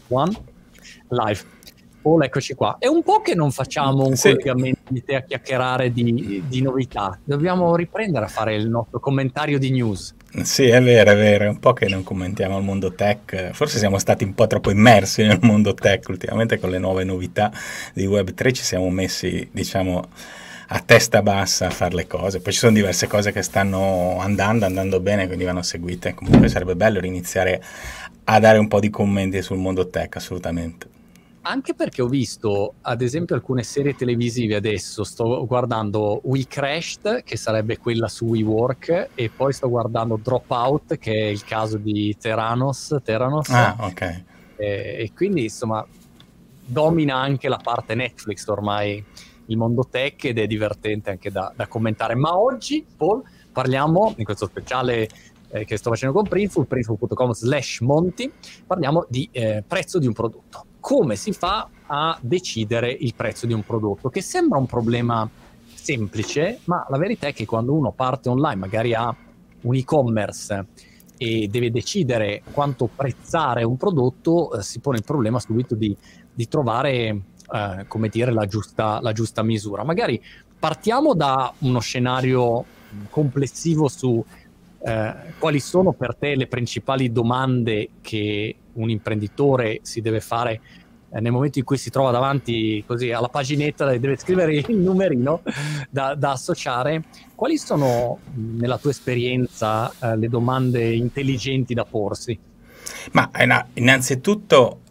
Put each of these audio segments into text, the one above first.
One live. Paul, eccoci qua. È un po' che non facciamo un collegamento di te a chiacchierare di novità. Dobbiamo riprendere a fare il nostro commentario di news. Sì, è vero, è un po' che non commentiamo il mondo tech, forse siamo stati un po' troppo immersi nel mondo tech ultimamente con le nuove novità di Web3, ci siamo messi, diciamo, a testa bassa a fare le cose, poi ci sono diverse cose che stanno andando bene, quindi vanno seguite, comunque sarebbe bello iniziare a dare un po' di commenti sul mondo tech, assolutamente. Anche perché ho visto, ad esempio, alcune serie televisive adesso. Sto guardando We Crashed, che sarebbe quella su WeWork, e poi sto guardando Dropout, che è il caso di Theranos. Ah, ok. E quindi, insomma, domina anche la parte Netflix ormai il mondo tech, ed è divertente anche da commentare. Ma oggi, Paul, parliamo, in questo speciale che sto facendo con Printful, printful.com/Monti, parliamo di prezzo di un prodotto. Come si fa a decidere il prezzo di un prodotto, che sembra un problema semplice, ma la verità è che quando uno parte online, magari ha un e-commerce e deve decidere quanto prezzare un prodotto, si pone il problema subito di trovare come dire, la giusta misura. Magari partiamo da uno scenario complessivo su quali sono per te le principali domande che un imprenditore si deve fare nel momento in cui si trova davanti così alla paginetta e deve scrivere il numerino da associare. Quali sono, nella tua esperienza, le domande intelligenti da porsi? Ma innanzitutto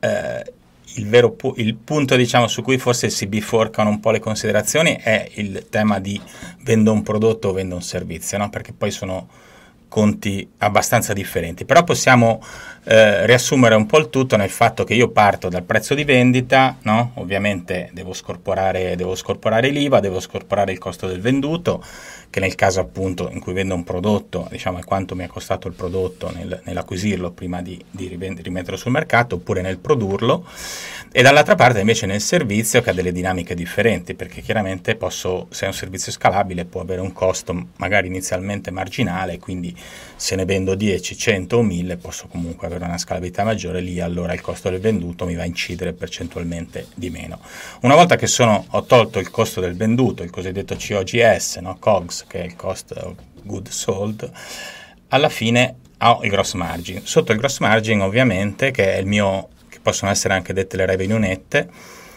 il punto, diciamo, su cui forse si biforcano un po' le considerazioni è il tema di vendo un prodotto o vendo un servizio, no? Perché poi sono conti abbastanza differenti, però possiamo riassumere un po' il tutto nel fatto che io parto dal prezzo di vendita, no? Ovviamente devo scorporare l'IVA, devo scorporare il costo del venduto, che nel caso appunto in cui vendo un prodotto, diciamo, è quanto mi è costato il prodotto nell'acquisirlo prima di rimetterlo sul mercato, oppure nel produrlo, e dall'altra parte invece nel servizio, che ha delle dinamiche differenti, perché chiaramente se è un servizio scalabile può avere un costo magari inizialmente marginale, quindi se ne vendo 10, 100 o 1000 posso comunque avere una scalabilità maggiore, lì allora il costo del venduto mi va a incidere percentualmente di meno. Una volta che ho tolto il costo del venduto, il cosiddetto COGS, no? COGS, che è il cost of goods sold, alla fine ho il gross margin. Sotto il gross margin, ovviamente, che è che possono essere anche dette le revenue nette,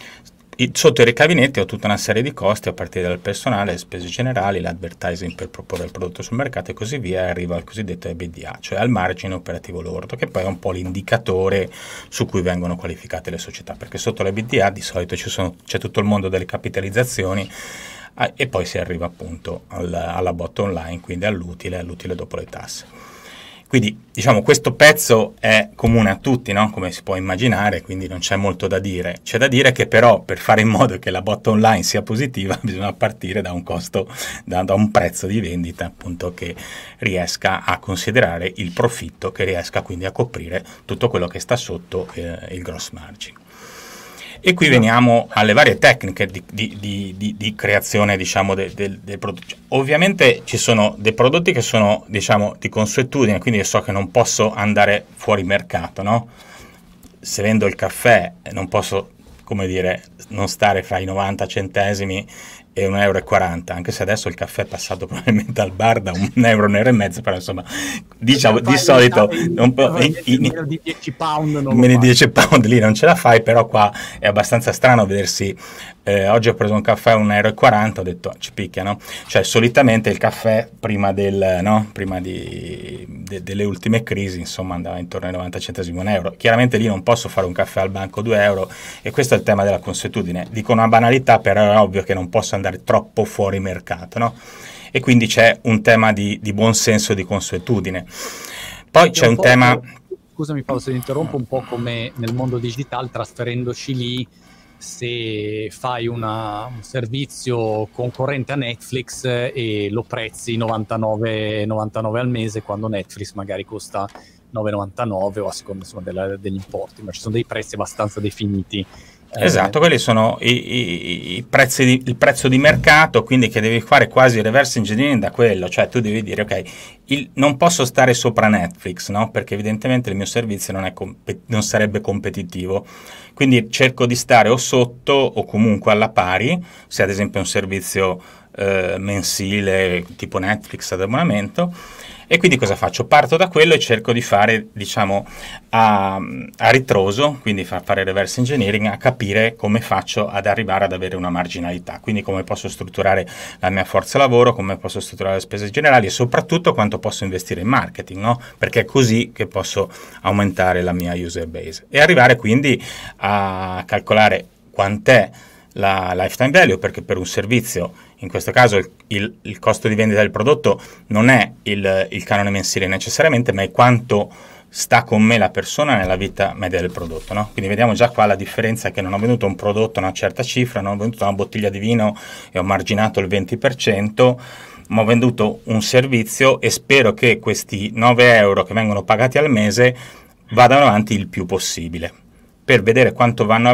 sotto i ricavi netti ho tutta una serie di costi a partire dal personale, le spese generali, l'advertising per proporre il prodotto sul mercato e così via, e arrivo al cosiddetto EBITDA, cioè al margine operativo lordo, che poi è un po' l'indicatore su cui vengono qualificate le società, perché sotto l'EBITDA di solito c'è tutto il mondo delle capitalizzazioni, e poi si arriva appunto alla bottom line, quindi all'utile dopo le tasse. Quindi, diciamo, questo pezzo è comune a tutti, no? Come si può immaginare, quindi non c'è molto da dire. C'è da dire che però, per fare in modo che la bottom line sia positiva, bisogna partire da un costo, da un prezzo di vendita, appunto, che riesca a considerare il profitto, che riesca quindi a coprire tutto quello che sta sotto il gross margin. E qui veniamo alle varie tecniche di creazione, diciamo, del prodotto. Ovviamente ci sono dei prodotti che sono, diciamo, di consuetudine, quindi so che non posso andare fuori mercato, no? Se vendo il caffè non posso, come dire, non stare fra i 90 centesimi e 1,40 €, anche se adesso il caffè è passato probabilmente al bar da €1,50, però insomma, diciamo, di solito meno di 10 pound meno di 10 pound lì non ce la fai, però qua è abbastanza strano vedersi. Oggi ho preso un caffè a €1,40 €, ho detto ci picchia, no? Cioè solitamente il caffè prima delle ultime crisi, insomma, andava intorno ai 90 centesimi, €1. Chiaramente lì non posso fare un caffè al banco €2, e questo è il tema della consuetudine. Dico una banalità, però è ovvio che non posso andare troppo fuori mercato, no? E quindi c'è un tema di buon senso, di consuetudine. Poi c'è un tema... Scusami Paolo se ti interrompo, un po' come nel mondo digitale, trasferendoci lì, se fai un servizio concorrente a Netflix e lo prezzi 99 al mese, quando Netflix magari costa 9,99 o a seconda insomma, degli importi, ma ci sono dei prezzi abbastanza definiti. Esatto, quelli sono i prezzi il prezzo di mercato, quindi che devi fare quasi reverse engineering da quello, cioè tu devi dire ok, non posso stare sopra Netflix, no? Perché evidentemente il mio servizio non sarebbe competitivo, quindi cerco di stare o sotto o comunque alla pari, se ad esempio è un servizio mensile tipo Netflix ad abbonamento. E quindi cosa faccio? Parto da quello e cerco di fare, diciamo, a ritroso, quindi fare reverse engineering, a capire come faccio ad arrivare ad avere una marginalità, quindi come posso strutturare la mia forza lavoro, come posso strutturare le spese generali e soprattutto quanto posso investire in marketing, no? Perché è così che posso aumentare la mia user base e arrivare quindi a calcolare quant'è la lifetime value, perché per un servizio, in questo caso il costo di vendita del prodotto non è il canone mensile necessariamente, ma è quanto sta con me la persona nella vita media del prodotto, no? Quindi vediamo già qua la differenza, che non ho venduto un prodotto a una certa cifra, non ho venduto una bottiglia di vino e ho marginato il 20%, ma ho venduto un servizio e spero che questi 9 euro che vengono pagati al mese vadano avanti il più possibile. Per vedere quanto va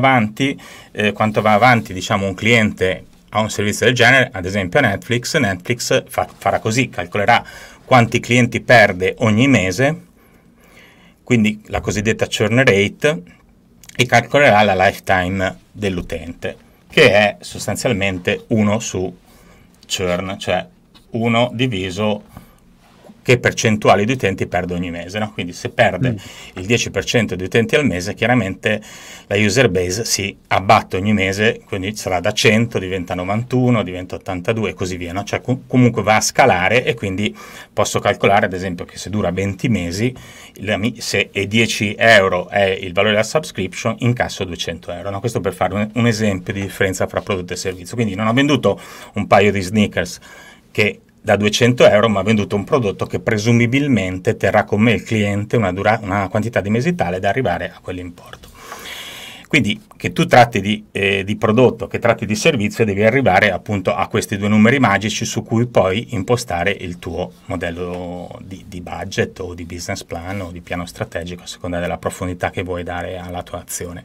avanti, diciamo, un cliente a un servizio del genere, ad esempio Netflix farà così, calcolerà quanti clienti perde ogni mese, quindi la cosiddetta churn rate, e calcolerà la lifetime dell'utente, che è sostanzialmente 1 su churn, cioè 1 diviso che percentuale di utenti perde ogni mese, no? Quindi se perde il 10% di utenti al mese, chiaramente la user base si abbatte ogni mese, quindi sarà da 100, diventa 91, diventa 82 e così via, no? Cioè comunque va a scalare, e quindi posso calcolare ad esempio che se dura 20 mesi, se 10 euro è il valore della subscription, incasso 200 euro, no? Questo per fare un esempio di differenza fra prodotto e servizio. Quindi non ho venduto un paio di sneakers che da 200 euro, ma ha venduto un prodotto che presumibilmente terrà con me il cliente una quantità di mesi tale da arrivare a quell'importo. Quindi che tu tratti di prodotto, che tratti di servizio, devi arrivare appunto a questi due numeri magici su cui poi impostare il tuo modello di budget o di business plan o di piano strategico, a seconda della profondità che vuoi dare alla tua azione.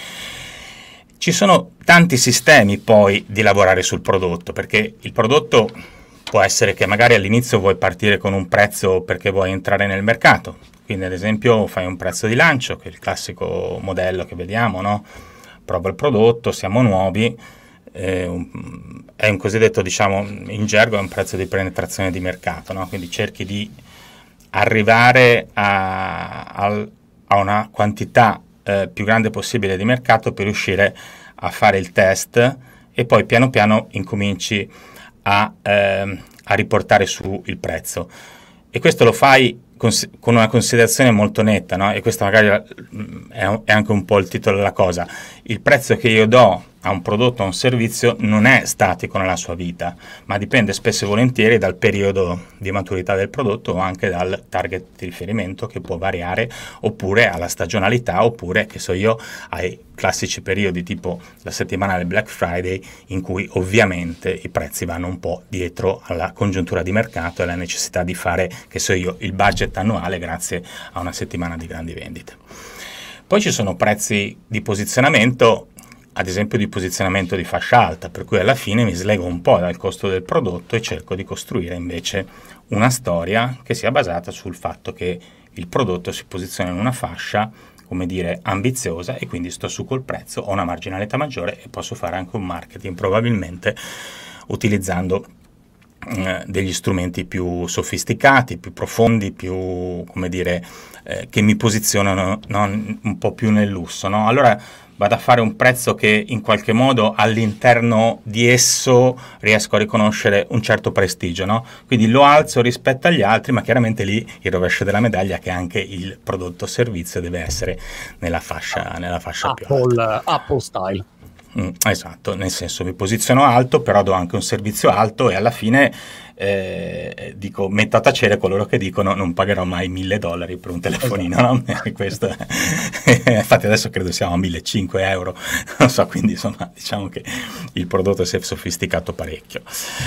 Ci sono tanti sistemi poi di lavorare sul prodotto, perché il prodotto può essere che magari all'inizio vuoi partire con un prezzo perché vuoi entrare nel mercato, quindi ad esempio fai un prezzo di lancio, che è il classico modello che vediamo, no? Prova il prodotto, siamo nuovi, è un cosiddetto, diciamo, in gergo è un prezzo di penetrazione di mercato, no? Quindi cerchi di arrivare a una quantità più grande possibile di mercato per riuscire a fare il test, e poi piano piano incominci a riportare su il prezzo, e questo lo fai con una considerazione molto netta, no? E questo magari è anche un po' il titolo della cosa. Il prezzo che io do a un prodotto o a un servizio non è statico nella sua vita, ma dipende spesso e volentieri dal periodo di maturità del prodotto o anche dal target di riferimento, che può variare, oppure alla stagionalità, oppure, che so io, ai classici periodi tipo la settimana del Black Friday, in cui ovviamente i prezzi vanno un po' dietro alla congiuntura di mercato e alla necessità di fare, che so io, il budget annuale grazie a una settimana di grandi vendite. Poi ci sono prezzi di posizionamento, ad esempio di posizionamento di fascia alta, per cui alla fine mi slego un po' dal costo del prodotto e cerco di costruire invece una storia che sia basata sul fatto che il prodotto si posiziona in una fascia, come dire, ambiziosa, e quindi sto su col prezzo, ho una marginalità maggiore e posso fare anche un marketing, probabilmente utilizzando degli strumenti più sofisticati, più profondi, più, come dire, che mi posizionano un po' più nel lusso, no? Allora vado a fare un prezzo che in qualche modo all'interno di esso riesco a riconoscere un certo prestigio, no? Quindi lo alzo rispetto agli altri, ma chiaramente lì il rovescio della medaglia, che anche il prodotto o servizio deve essere nella fascia più alta. Apple style. Esatto, nel senso mi posiziono alto, però do anche un servizio alto e alla fine dico, metto a tacere coloro che dicono non pagherò mai $1.000 per un telefonino, no? Questo infatti adesso credo siamo a 1.500 euro, non so, quindi insomma diciamo che il prodotto si è sofisticato parecchio.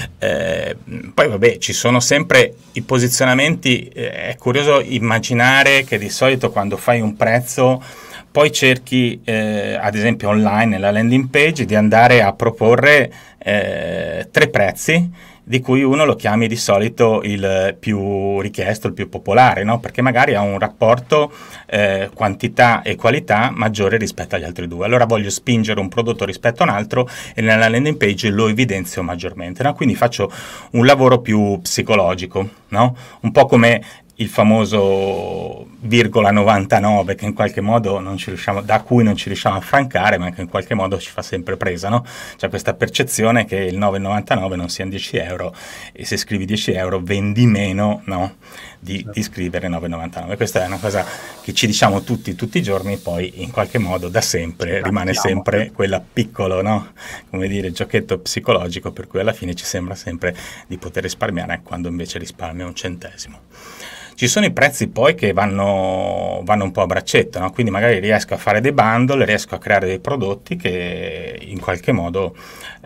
Poi vabbè, ci sono sempre i posizionamenti, è curioso immaginare che di solito quando fai un prezzo poi cerchi, ad esempio online, nella landing page, di andare a proporre 3 prezzi, di cui uno lo chiami di solito il più richiesto, il più popolare, no? Perché magari ha un rapporto quantità e qualità maggiore rispetto agli altri due. Allora voglio spingere un prodotto rispetto a un altro e nella landing page lo evidenzio maggiormente, no? Quindi faccio un lavoro più psicologico, no? Un po' come il famoso ,99 che in qualche modo non ci riusciamo, da cui non ci riusciamo a francare, ma che in qualche modo ci fa sempre presa, no? C'è questa percezione che il 9,99 non siano 10 euro e se scrivi 10 euro vendi meno, no? di scrivere 9,99. Questa è una cosa che ci diciamo tutti i giorni, poi in qualche modo da sempre rimane sempre quella piccolo, no? Come dire, giochetto psicologico per cui alla fine ci sembra sempre di poter risparmiare quando invece risparmia un centesimo. Ci sono i prezzi poi che vanno un po' a braccetto, no? Quindi magari riesco a fare dei bundle, riesco a creare dei prodotti che in qualche modo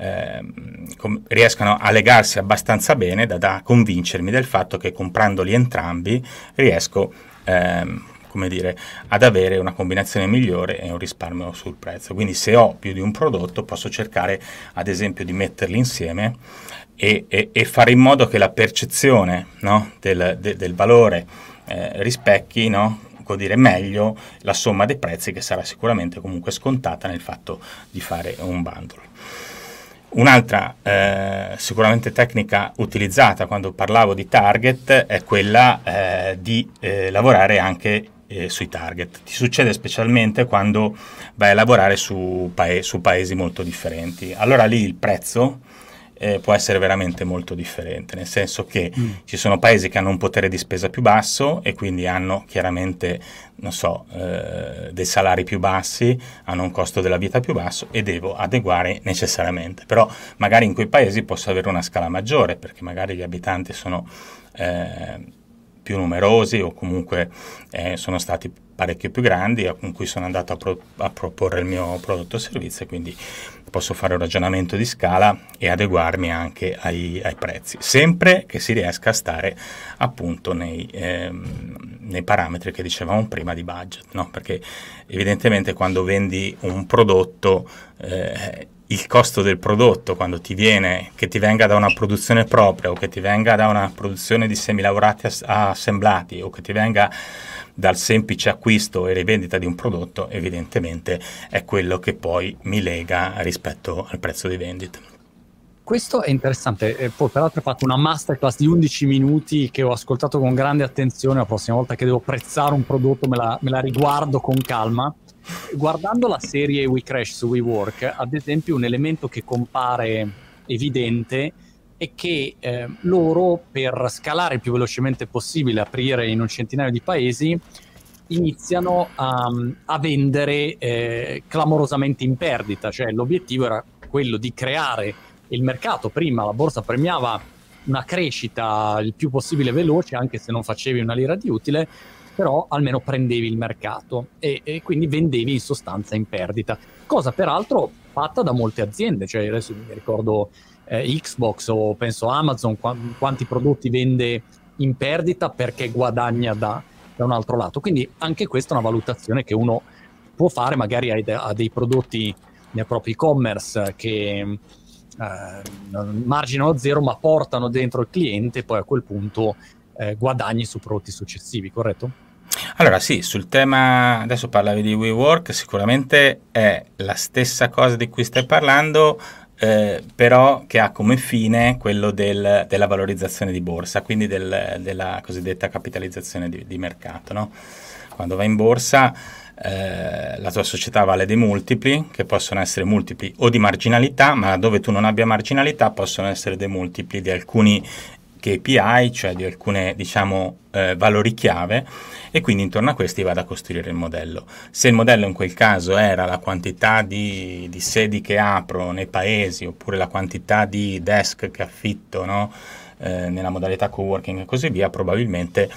riescano a legarsi abbastanza bene da convincermi del fatto che comprandoli entrambi riesco come dire, ad avere una combinazione migliore e un risparmio sul prezzo. Quindi se ho più di un prodotto posso cercare ad esempio di metterli insieme e fare in modo che la percezione, no, del valore rispecchi, no, dire meglio la somma dei prezzi, che sarà sicuramente comunque scontata nel fatto di fare un bundle. Un'altra sicuramente tecnica utilizzata quando parlavo di target è quella di lavorare anche sui target. Ti succede specialmente quando vai a lavorare su paesi molto differenti. Allora lì il prezzo può essere veramente molto differente, nel senso che ci sono paesi che hanno un potere di spesa più basso e quindi hanno chiaramente, non so, dei salari più bassi, hanno un costo della vita più basso e devo adeguare necessariamente. Però magari in quei paesi posso avere una scala maggiore perché magari gli abitanti sono più numerosi o comunque sono stati parecchio più grandi con cui sono andato a proporre il mio prodotto o servizio, e quindi posso fare un ragionamento di scala e adeguarmi anche ai prezzi, sempre che si riesca a stare appunto nei parametri che dicevamo prima di budget, no? Perché evidentemente quando vendi un prodotto il costo del prodotto, quando ti viene, che ti venga da una produzione propria o che ti venga da una produzione di semilavorati assemblati o che ti venga dal semplice acquisto e rivendita di un prodotto, evidentemente è quello che poi mi lega rispetto al prezzo di vendita. Questo è interessante, poi peraltro ho fatto una masterclass di 11 minuti che ho ascoltato con grande attenzione. La prossima volta che devo prezzare un prodotto me la riguardo con calma. Guardando la serie We Crash su WeWork, ad esempio, un elemento che compare evidente è che loro, per scalare il più velocemente possibile, aprire in un centinaio di paesi, iniziano a vendere clamorosamente in perdita. Cioè l'obiettivo era quello di creare il mercato. Prima la borsa premiava una crescita il più possibile veloce, anche se non facevi una lira di utile, però almeno prendevi il mercato e quindi vendevi in sostanza in perdita, cosa peraltro fatta da molte aziende. Cioè adesso mi ricordo Xbox o penso Amazon, quanti prodotti vende in perdita perché guadagna da un altro lato. Quindi anche questa è una valutazione che uno può fare, magari ha dei prodotti nel proprio e-commerce che marginano zero ma portano dentro il cliente, poi a quel punto guadagni su prodotti successivi, corretto? Allora sì, sul tema, adesso parlavi di WeWork, sicuramente è la stessa cosa di cui stai parlando, però che ha come fine quello della valorizzazione di borsa, quindi della cosiddetta capitalizzazione di mercato, no? Quando vai in borsa la tua società vale dei multipli, che possono essere multipli o di marginalità, ma dove tu non abbia marginalità possono essere dei multipli di alcuni KPI, cioè di alcune, diciamo, valori chiave, e quindi intorno a questi vado a costruire il modello. Se il modello in quel caso era la quantità di sedi che apro nei paesi, oppure la quantità di desk che affitto, no? Nella modalità coworking e così via, probabilmente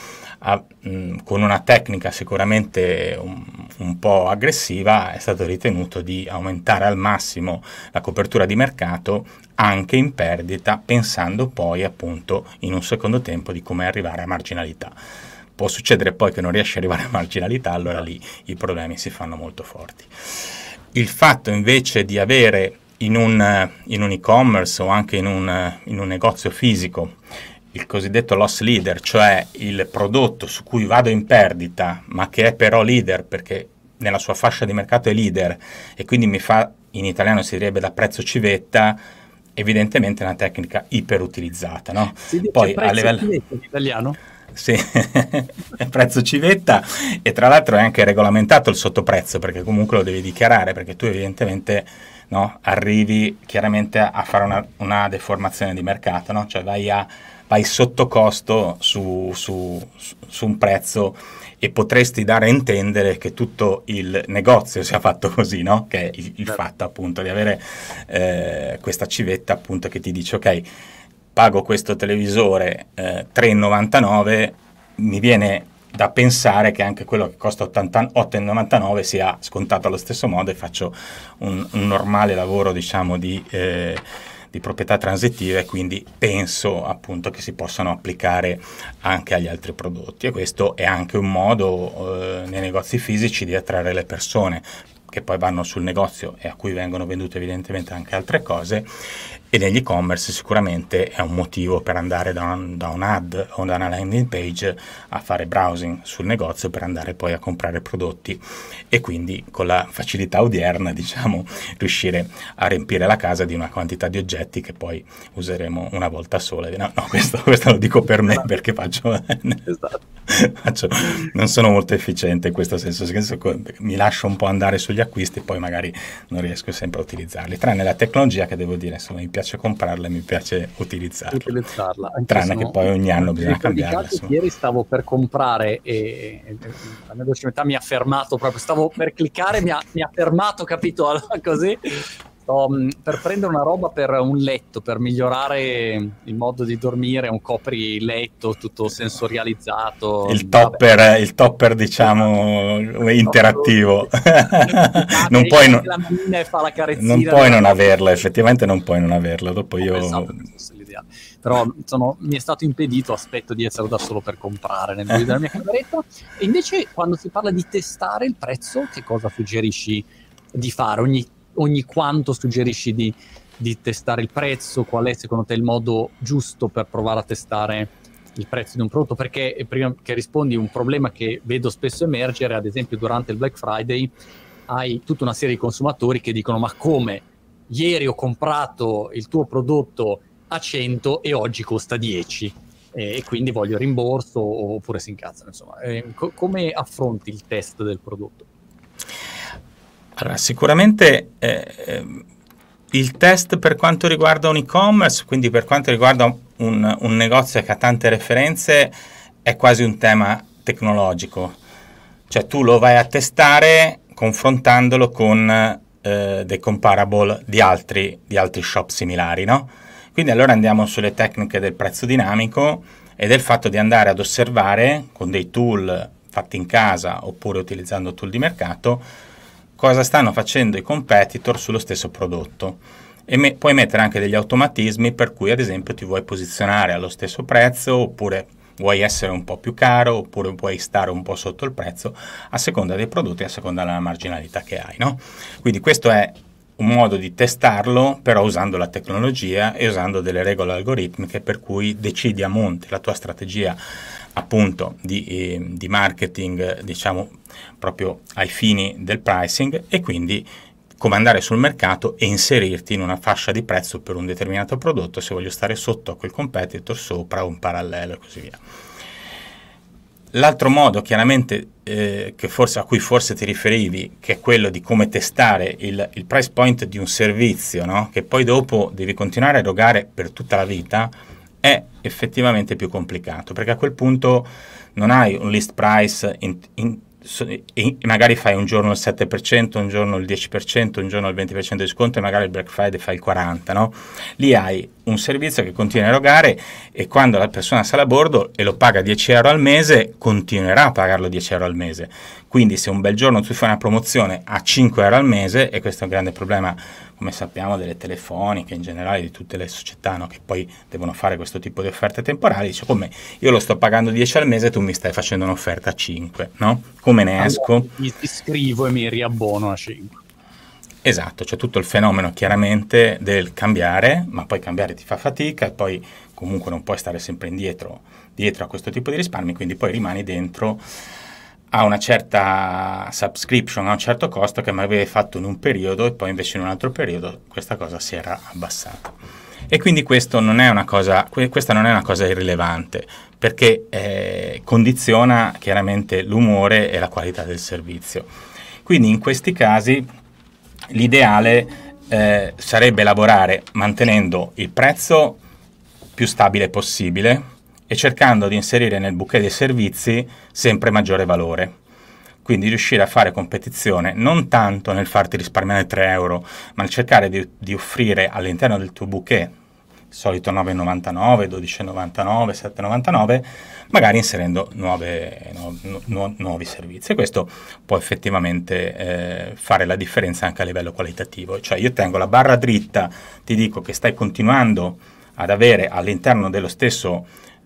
con una tecnica sicuramente un po' aggressiva è stato ritenuto di aumentare al massimo la copertura di mercato anche in perdita, pensando poi appunto in un secondo tempo di come arrivare a marginalità. Può succedere poi che non riesci ad arrivare a marginalità, allora lì i problemi si fanno molto forti. Il fatto invece di avere in un e-commerce o anche in un negozio fisico il cosiddetto loss leader, cioè il prodotto su cui vado in perdita ma che è però leader perché nella sua fascia di mercato è leader e quindi mi fa, in italiano si direbbe da prezzo civetta, evidentemente è una tecnica iperutilizzata, no? Si dice poi prezzo a livello civetta in italiano? Sì, è prezzo civetta e tra l'altro è anche regolamentato il sottoprezzo perché comunque lo devi dichiarare perché tu evidentemente, no, arrivi chiaramente a fare una deformazione di mercato, no? Cioè vai sotto costo su un prezzo e potresti dare a intendere che tutto il negozio sia fatto così, no? Che è il fatto appunto di avere questa civetta appunto che ti dice ok, pago questo televisore 3,99, mi viene da pensare che anche quello che costa 8,99 sia scontato allo stesso modo e faccio un normale lavoro, diciamo, di proprietà transitiva e quindi penso appunto che si possano applicare anche agli altri prodotti e questo è anche un modo nei negozi fisici di attrarre le persone che poi vanno sul negozio e a cui vengono vendute evidentemente anche altre cose e negli e-commerce sicuramente è un motivo per andare da un ad o da una landing page a fare browsing sul negozio per andare poi a comprare prodotti e quindi con la facilità odierna, diciamo, riuscire a riempire la casa di una quantità di oggetti che poi useremo una volta sola. No, questo lo dico per me perché non sono molto efficiente in questo senso, mi lascio un po' andare sugli acquisti e poi magari non riesco sempre a utilizzarli, tranne la tecnologia che devo dire, insomma, mi piace comprarla e mi piace utilizzarla. Tranne che poi ogni anno bisogna cambiarla. Ieri stavo per comprare e la mia dolce metà mi ha fermato proprio, stavo per cliccare, mi ha fermato, capito? Così sto per prendere una roba per un letto, per migliorare il modo di dormire, un copriletto tutto sensorializzato. Il topper diciamo interattivo. Non puoi non averla, effettivamente non puoi non averla. Dopo io però mi è stato impedito, aspetto di essere da solo per comprare nel video della mia cameretta. E invece quando si parla di testare il prezzo, che cosa suggerisci di fare? Ogni quanto suggerisci di testare il prezzo? Qual è secondo te il modo giusto per provare a testare il prezzo di un prodotto? Perché prima che rispondi, un problema che vedo spesso emergere, ad esempio durante il Black Friday, hai tutta una serie di consumatori che dicono ma come? Ieri ho comprato il tuo prodotto a 100 e oggi costa 10 e quindi voglio rimborso oppure si incazzano, insomma. Come affronti il test del prodotto? Allora, sicuramente il test per quanto riguarda un e-commerce, quindi per quanto riguarda un negozio che ha tante referenze, è quasi un tema tecnologico. Cioè tu lo vai a testare confrontandolo con dei comparable di altri shop similari, no? Quindi allora andiamo sulle tecniche del prezzo dinamico e del fatto di andare ad osservare con dei tool fatti in casa oppure utilizzando tool di mercato cosa stanno facendo i competitor sullo stesso prodotto e puoi mettere anche degli automatismi per cui ad esempio ti vuoi posizionare allo stesso prezzo oppure vuoi essere un po' più caro oppure vuoi stare un po' sotto il prezzo a seconda dei prodotti, a seconda della marginalità che hai, no? Quindi questo è un modo di testarlo però usando la tecnologia e usando delle regole algoritmiche per cui decidi a monte la tua strategia appunto di marketing, diciamo proprio ai fini del pricing e quindi come andare sul mercato e inserirti in una fascia di prezzo per un determinato prodotto se voglio stare sotto a quel competitor, sopra un parallelo e così via. L'altro modo chiaramente a cui forse ti riferivi, che è quello di come testare il price point di un servizio, no? Che poi dopo devi continuare a erogare per tutta la vita, è effettivamente più complicato, perché a quel punto non hai un list price e magari fai un giorno il 7%, un giorno il 10%, un giorno il 20% di sconto e magari il Black Friday fai il 40%, no? Lì hai un servizio che continua a erogare e quando la persona sale a bordo e lo paga 10 euro al mese, continuerà a pagarlo 10 euro al mese. Quindi se un bel giorno tu fai una promozione a 5 euro al mese, e questo è un grande problema, come sappiamo, delle telefoniche, in generale di tutte le società, no? Che poi devono fare questo tipo di offerte temporali, dice come io lo sto pagando 10 al mese, tu mi stai facendo un'offerta a 5, no? Come ne esco? Allora, ti scrivo e mi riabbono a 5. Esatto, c'è tutto il fenomeno chiaramente del cambiare, ma poi cambiare ti fa fatica e poi comunque non puoi stare sempre dietro a questo tipo di risparmi, quindi poi rimani dentro a una certa subscription, a un certo costo che magari avevi fatto in un periodo e poi invece in un altro periodo questa cosa si era abbassata. E quindi questa non è una cosa irrilevante, perché condiziona chiaramente l'umore e la qualità del servizio. Quindi in questi casi l'ideale sarebbe lavorare mantenendo il prezzo più stabile possibile e cercando di inserire nel bouquet dei servizi sempre maggiore valore. Quindi riuscire a fare competizione non tanto nel farti risparmiare 3 euro, ma nel cercare di offrire all'interno del tuo bouquet, il solito 9,99, 12,99, 7,99, magari inserendo nuovi servizi. E questo può effettivamente fare la differenza anche a livello qualitativo. Cioè io tengo la barra dritta, ti dico che stai continuando ad avere all'interno dello stesso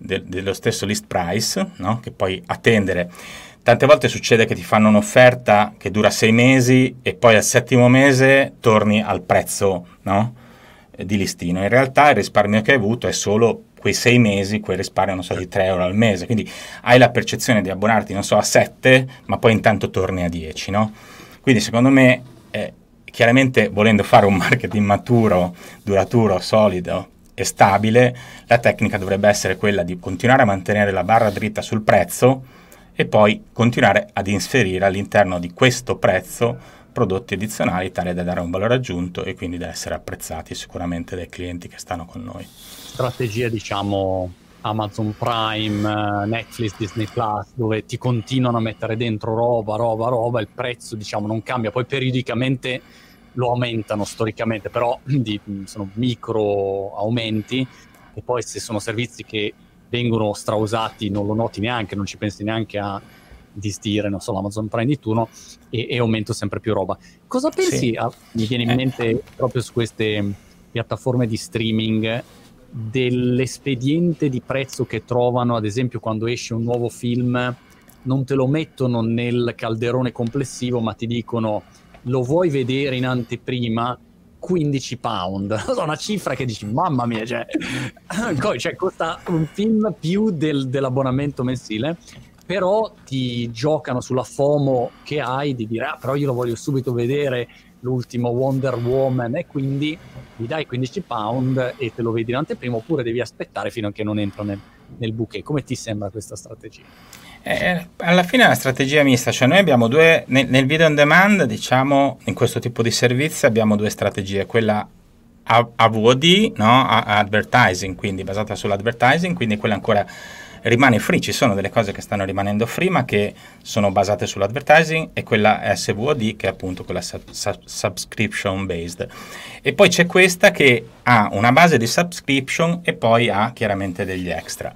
list price, no? Che poi attendere. Tante volte succede che ti fanno un'offerta che dura 6 mesi e poi al 7° mese torni al prezzo, no? Di listino. In realtà il risparmio che hai avuto è solo quei 6 mesi, quel risparmio, non so, di 3 euro al mese. Quindi hai la percezione di abbonarti, non so, a 7, ma poi intanto torni a 10, no? Quindi secondo me, chiaramente volendo fare un marketing maturo, duraturo, solido e stabile, la tecnica dovrebbe essere quella di continuare a mantenere la barra dritta sul prezzo e poi continuare ad inserire all'interno di questo prezzo prodotti addizionali tale da dare un valore aggiunto e quindi da essere apprezzati sicuramente dai clienti che stanno con noi. Strategia, diciamo, Amazon Prime, Netflix, Disney Plus, dove ti continuano a mettere dentro roba, il prezzo, diciamo, non cambia, poi periodicamente lo aumentano storicamente, però sono micro aumenti, e poi se sono servizi che vengono strausati non lo noti neanche, non ci pensi neanche a disdire, non so, l'Amazon Prime di turno, e aumento sempre più roba. Cosa pensi? Sì. Mi viene in mente proprio su queste piattaforme di streaming dell'espediente di prezzo che trovano, ad esempio quando esce un nuovo film, non te lo mettono nel calderone complessivo, ma ti dicono: lo vuoi vedere in anteprima? 15 pound, una cifra che dici mamma mia, cioè costa un film più dell'abbonamento mensile, però ti giocano sulla FOMO che hai di dire però io lo voglio subito vedere l'ultimo Wonder Woman, e quindi gli dai 15 pound e te lo vedi in anteprima, oppure devi aspettare fino a che non entra nel bouquet. Come ti sembra questa strategia? Alla fine è una strategia mista, cioè noi abbiamo nel video on demand, diciamo, in questo tipo di servizi abbiamo due strategie, quella AVOD, no? Advertising, quindi basata sull'advertising, quindi quella ancora rimane free, ci sono delle cose che stanno rimanendo free ma che sono basate sull'advertising, e quella SVOD che è appunto quella subscription based, e poi c'è questa che ha una base di subscription e poi ha chiaramente degli extra.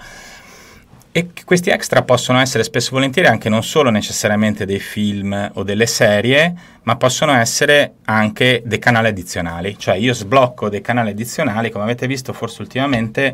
E questi extra possono essere spesso e volentieri anche non solo necessariamente dei film o delle serie, ma possono essere anche dei canali addizionali. Cioè io sblocco dei canali addizionali, come avete visto forse ultimamente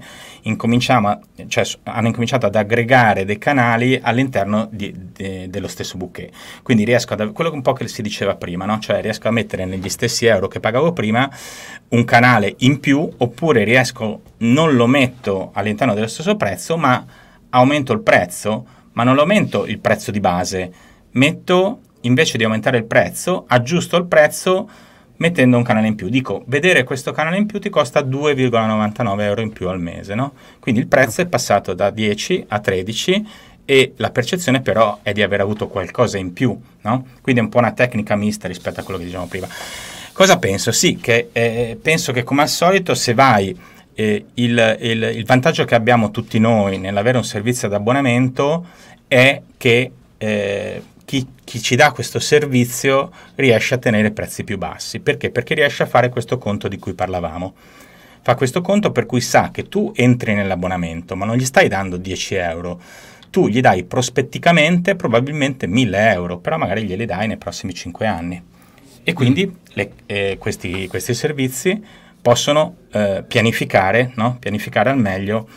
hanno incominciato ad aggregare dei canali all'interno dello stesso bouquet. Quindi riesco quello un po' che si diceva prima, no? Cioè riesco a mettere negli stessi euro che pagavo prima un canale in più, oppure non lo metto all'interno dello stesso prezzo, ma aumento il prezzo, ma non aumento il prezzo di base, invece di aumentare il prezzo, aggiusto il prezzo mettendo un canale in più. Dico, vedere questo canale in più ti costa 2,99 euro in più al mese, no? Quindi il prezzo è passato da 10 a 13 e la percezione però è di aver avuto qualcosa in più, no? Quindi è un po' una tecnica mista rispetto a quello che dicevamo prima. Cosa penso? Sì, che penso che come al solito se vai il vantaggio che abbiamo tutti noi nell'avere un servizio ad abbonamento è che chi ci dà questo servizio riesce a tenere prezzi più bassi. Perché? Perché riesce a fare questo conto di cui parlavamo. Fa questo conto per cui sa che tu entri nell'abbonamento, ma non gli stai dando 10 euro. Tu gli dai prospetticamente probabilmente 1.000 euro, però magari glieli dai nei prossimi 5 anni. E quindi questi servizi possono pianificare, no? Pianificare al meglio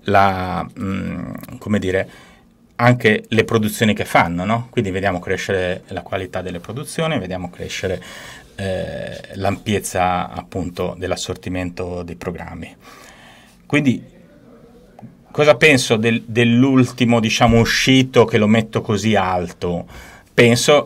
come dire, anche le produzioni che fanno, no? Quindi vediamo crescere la qualità delle produzioni, vediamo crescere l'ampiezza appunto dell'assortimento dei programmi. Quindi cosa penso dell'ultimo, diciamo, uscito che lo metto così alto? Penso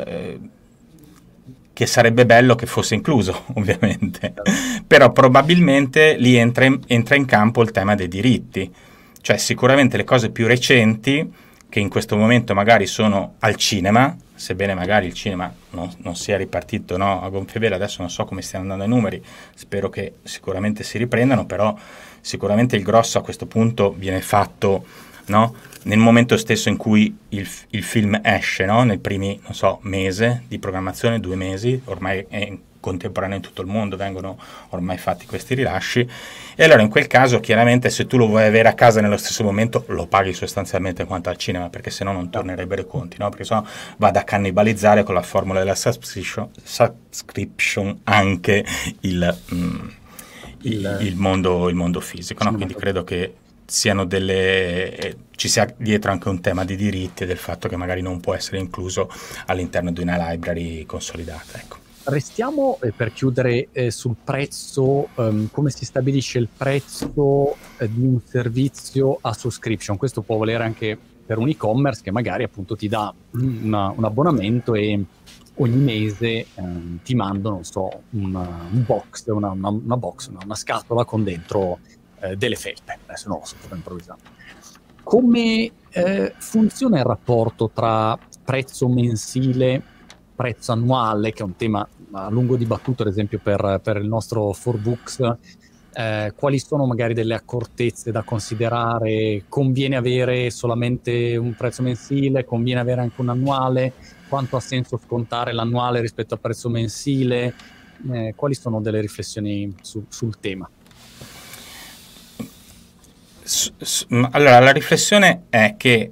che sarebbe bello che fosse incluso, ovviamente, però probabilmente lì entra in campo il tema dei diritti, cioè sicuramente le cose più recenti che in questo momento magari sono al cinema, sebbene magari il cinema non sia ripartito, no, a gonfie vele, adesso non so come stiano andando i numeri, spero che sicuramente si riprendano, però sicuramente il grosso a questo punto viene fatto, no, nel momento stesso in cui il film esce, no, nei primi, non so, mese di programmazione, 2 mesi, ormai è contemporaneo in tutto il mondo, vengono ormai fatti questi rilasci, e allora in quel caso chiaramente se tu lo vuoi avere a casa nello stesso momento lo paghi sostanzialmente quanto al cinema, perché sennò non tornerebbero i conti, no? Perché sennò vado a cannibalizzare con la formula della subscription anche il mondo fisico, no? Quindi credo che siano ci sia dietro anche un tema di diritti e del fatto che magari non può essere incluso all'interno di una library consolidata, ecco. Restiamo per chiudere sul prezzo, come si stabilisce il prezzo di un servizio a subscription. Questo può valere anche per un e-commerce che magari appunto ti dà un abbonamento e ogni mese ti manda, non so, un box, una scatola con dentro delle felpe. Adesso non lo so, sto improvvisando. Come funziona il rapporto tra prezzo mensile, prezzo annuale, che è un tema a lungo dibattuto ad esempio per il nostro 4Books, quali sono magari delle accortezze da considerare? Conviene avere solamente un prezzo mensile? Conviene avere anche un annuale? Quanto ha senso scontare l'annuale rispetto al prezzo mensile? Quali sono delle riflessioni sul tema? Allora, la riflessione è che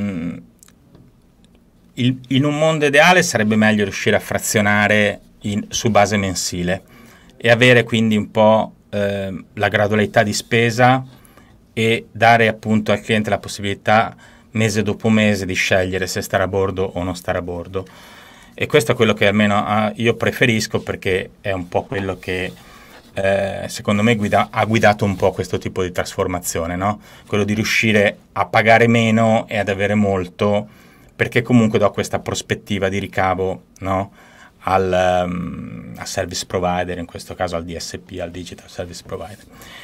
in un mondo ideale sarebbe meglio riuscire a frazionare su base mensile e avere quindi un po' la gradualità di spesa e dare appunto al cliente la possibilità mese dopo mese di scegliere se stare a bordo o non stare a bordo. E questo è quello che almeno io preferisco, perché è un po' quello che secondo me ha guidato un po' questo tipo di trasformazione, no? Quello di riuscire a pagare meno e ad avere molto, perché comunque do questa prospettiva di ricavo, no? al service provider, in questo caso al DSP, al Digital Service Provider.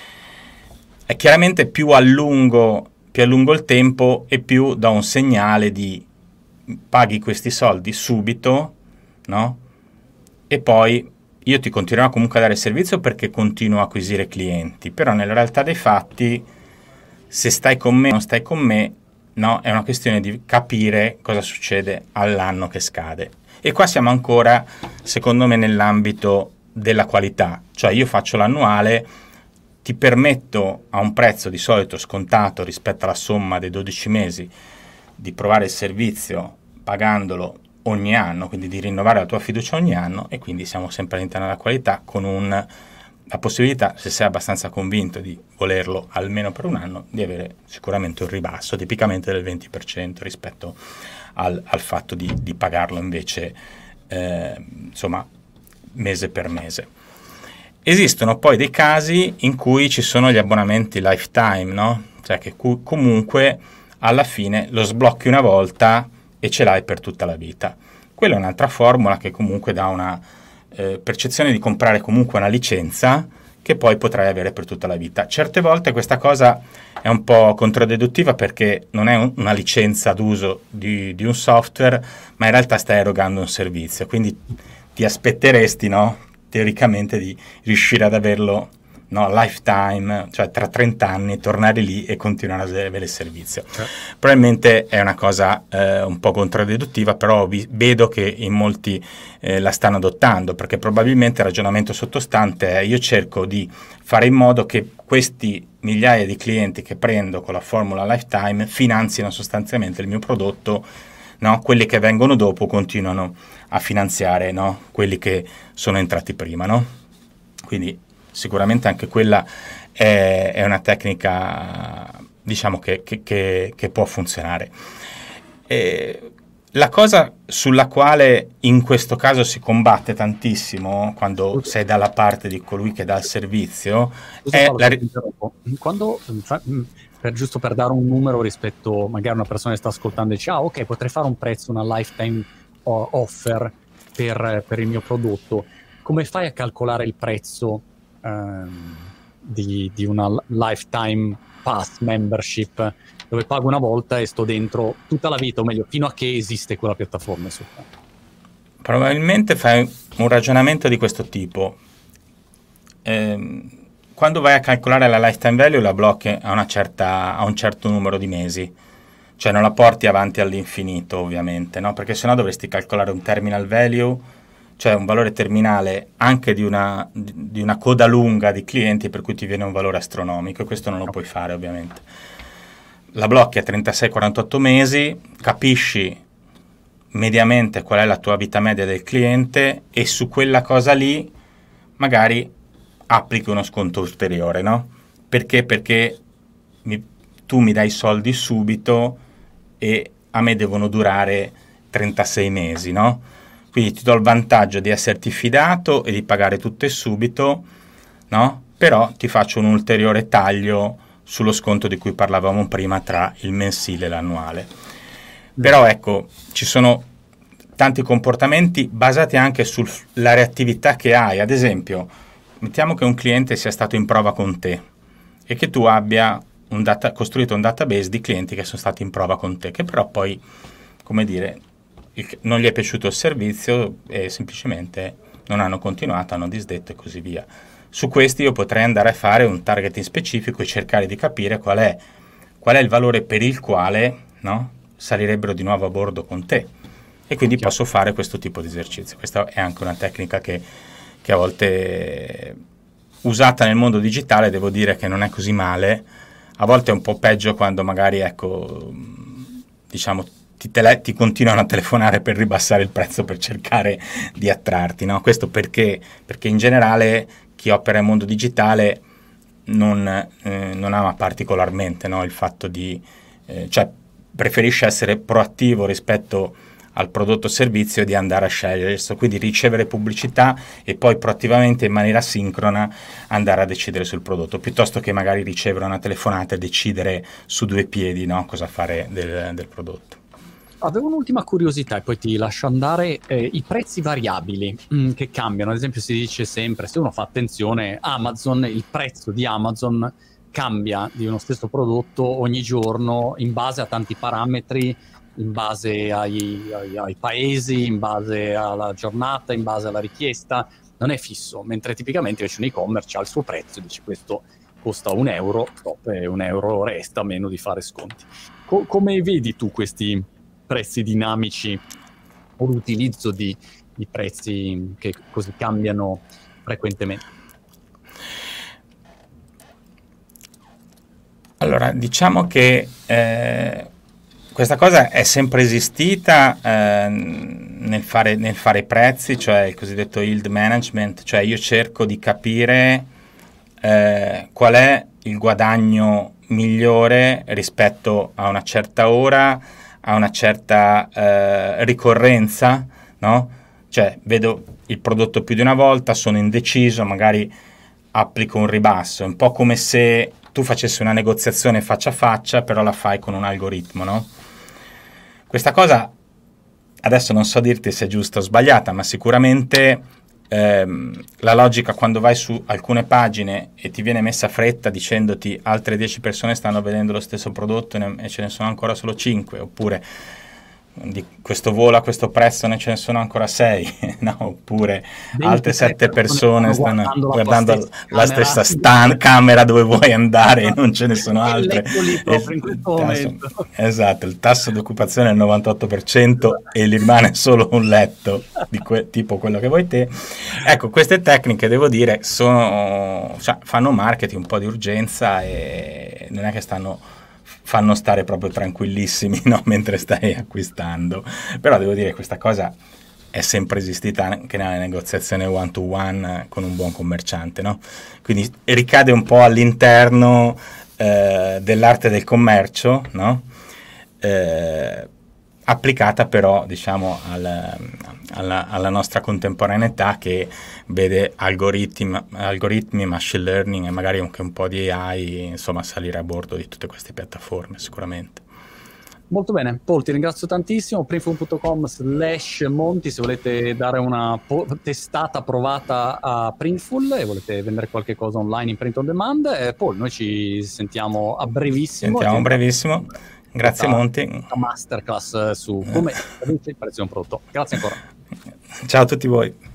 E chiaramente più allungo il tempo e più do un segnale di paghi questi soldi subito, no? E poi io ti continuerò comunque a dare servizio perché continuo a acquisire clienti, però nella realtà dei fatti, se stai con me o non stai con me, no, è una questione di capire cosa succede all'anno che scade. E qua siamo ancora, secondo me, nell'ambito della qualità. Cioè io faccio l'annuale, ti permetto a un prezzo di solito scontato rispetto alla somma dei 12 mesi di provare il servizio pagandolo ogni anno, quindi di rinnovare la tua fiducia ogni anno, e quindi siamo sempre all'interno della qualità con la possibilità, se sei abbastanza convinto di volerlo almeno per un anno, di avere sicuramente un ribasso, tipicamente del 20% rispetto al fatto di pagarlo invece insomma mese per mese. Esistono poi dei casi in cui ci sono gli abbonamenti lifetime, no? Cioè che comunque alla fine lo sblocchi una volta e ce l'hai per tutta la vita. Quella è un'altra formula che comunque dà una percezione di comprare comunque una licenza che poi potrai avere per tutta la vita. Certe volte questa cosa è un po' controdeduttiva, perché non è una licenza d'uso di un software, ma in realtà stai erogando un servizio, quindi ti aspetteresti, no, teoricamente, di riuscire ad averlo no? Lifetime, cioè tra 30 anni tornare lì e continuare a avere il servizio. Probabilmente è una cosa un po' contraddittiva, però vedo che in molti la stanno adottando, perché probabilmente il ragionamento sottostante è: io cerco di fare in modo che questi migliaia di clienti che prendo con la formula Lifetime finanziano sostanzialmente il mio prodotto, no? Quelli che vengono dopo continuano a finanziare, no? Quelli che sono entrati prima, no? Quindi sicuramente anche quella è una tecnica, diciamo, che può funzionare. La cosa sulla quale in questo caso si combatte tantissimo quando sei dalla parte di colui che dà il servizio è quando giusto per dare un numero rispetto magari una persona che sta ascoltando e dice: ah, ok, potrei fare un prezzo, una lifetime offer per il mio prodotto. Come fai a calcolare il prezzo di una lifetime pass membership dove pago una volta e sto dentro tutta la vita, o meglio fino a che esiste quella piattaforma? Probabilmente fai un ragionamento di questo tipo. Quando vai a calcolare la lifetime value la blocchi a un certo numero di mesi, cioè non la porti avanti all'infinito, ovviamente, no? Perché sennò dovresti calcolare un terminal value, cioè un valore terminale anche di una coda lunga di clienti, per cui ti viene un valore astronomico, e questo non lo puoi fare, ovviamente. La blocchi a 36-48 mesi, capisci mediamente qual è la tua vita media del cliente e su quella cosa lì magari applichi uno sconto ulteriore, no? Perché? Perché tu mi dai i soldi subito e a me devono durare 36 mesi, no? Quindi ti do il vantaggio di esserti fidato e di pagare tutto e subito, no? Però ti faccio un ulteriore taglio sullo sconto di cui parlavamo prima tra il mensile e l'annuale. Però ecco, ci sono tanti comportamenti basati anche sulla reattività che hai. Ad esempio, mettiamo che un cliente sia stato in prova con te e che tu abbia costruito un database di clienti che sono stati in prova con te, che però poi, come dire, non gli è piaciuto il servizio e semplicemente non hanno continuato, hanno disdetto e così via. Su questi io potrei andare a fare un targeting specifico e cercare di capire qual è il valore per il quale, no, salirebbero di nuovo a bordo con te, e quindi posso fare questo tipo di esercizio. Questa è anche una tecnica che a volte usata nel mondo digitale, devo dire che non è così male. A volte è un po' peggio quando magari, ecco, diciamo, ti continuano a telefonare per ribassare il prezzo per cercare di attrarti, no? Questo perché in generale chi opera nel mondo digitale non ama particolarmente, no, il fatto di cioè preferisce essere proattivo rispetto al prodotto o servizio e di andare a scegliere, quindi ricevere pubblicità e poi proattivamente in maniera sincrona andare a decidere sul prodotto, piuttosto che magari ricevere una telefonata e decidere su due piedi, no, cosa fare del prodotto. Avevo un'ultima curiosità e poi ti lascio andare. I prezzi variabili che cambiano, ad esempio si dice sempre, se uno fa attenzione, Amazon, il prezzo di Amazon cambia di uno stesso prodotto ogni giorno in base a tanti parametri, in base ai paesi, in base alla giornata, in base alla richiesta, non è fisso, mentre tipicamente invece un e-commerce ha il suo prezzo e dice questo costa €1, stop, e €1 resta, a meno di fare sconti. Come vedi tu questi prezzi dinamici o l'utilizzo di prezzi che così cambiano frequentemente? Allora, diciamo che questa cosa è sempre esistita nel fare i prezzi, cioè il cosiddetto yield management, cioè io cerco di capire qual è il guadagno migliore rispetto a una certa ora, a una certa ricorrenza, no? Cioè vedo il prodotto più di una volta, sono indeciso, magari applico un ribasso, è un po' come se tu facessi una negoziazione faccia a faccia, però la fai con un algoritmo, no? Questa cosa adesso non so dirti se è giusta o sbagliata, ma sicuramente la logica, quando vai su alcune pagine e ti viene messa fretta dicendoti altre 10 persone stanno vedendo lo stesso prodotto e ce ne sono ancora solo 5, oppure di questo volo a questo prezzo ne ce ne sono ancora 6, no? Oppure altre 7 persone stanno guardando la stessa camera dove vuoi andare e non ce ne sono altre. Lì proprio in questo momento. Esatto, il tasso di occupazione è il 98% e gli rimane solo un letto di tipo quello che vuoi te. Ecco, queste tecniche, devo dire, fanno marketing, un po' di urgenza, e non è che fanno stare proprio tranquillissimi, no? Mentre stai acquistando. Però devo dire che questa cosa è sempre esistita anche nella negoziazione one to one con un buon commerciante, no? Quindi ricade un po' all'interno dell'arte del commercio, no? Applicata però, diciamo, alla nostra contemporaneità, che vede algoritmi, machine learning e magari anche un po' di AI, insomma, salire a bordo di tutte queste piattaforme sicuramente. Molto bene, Paul, ti ringrazio tantissimo. Printful.com/Monti se volete dare una testata provata a Printful e volete vendere qualche cosa online in print on demand. Paul, noi ci sentiamo a brevissimo. Grazie Monti. Una masterclass su come riduce il prezzo di un prodotto. Grazie ancora. Ciao a tutti voi.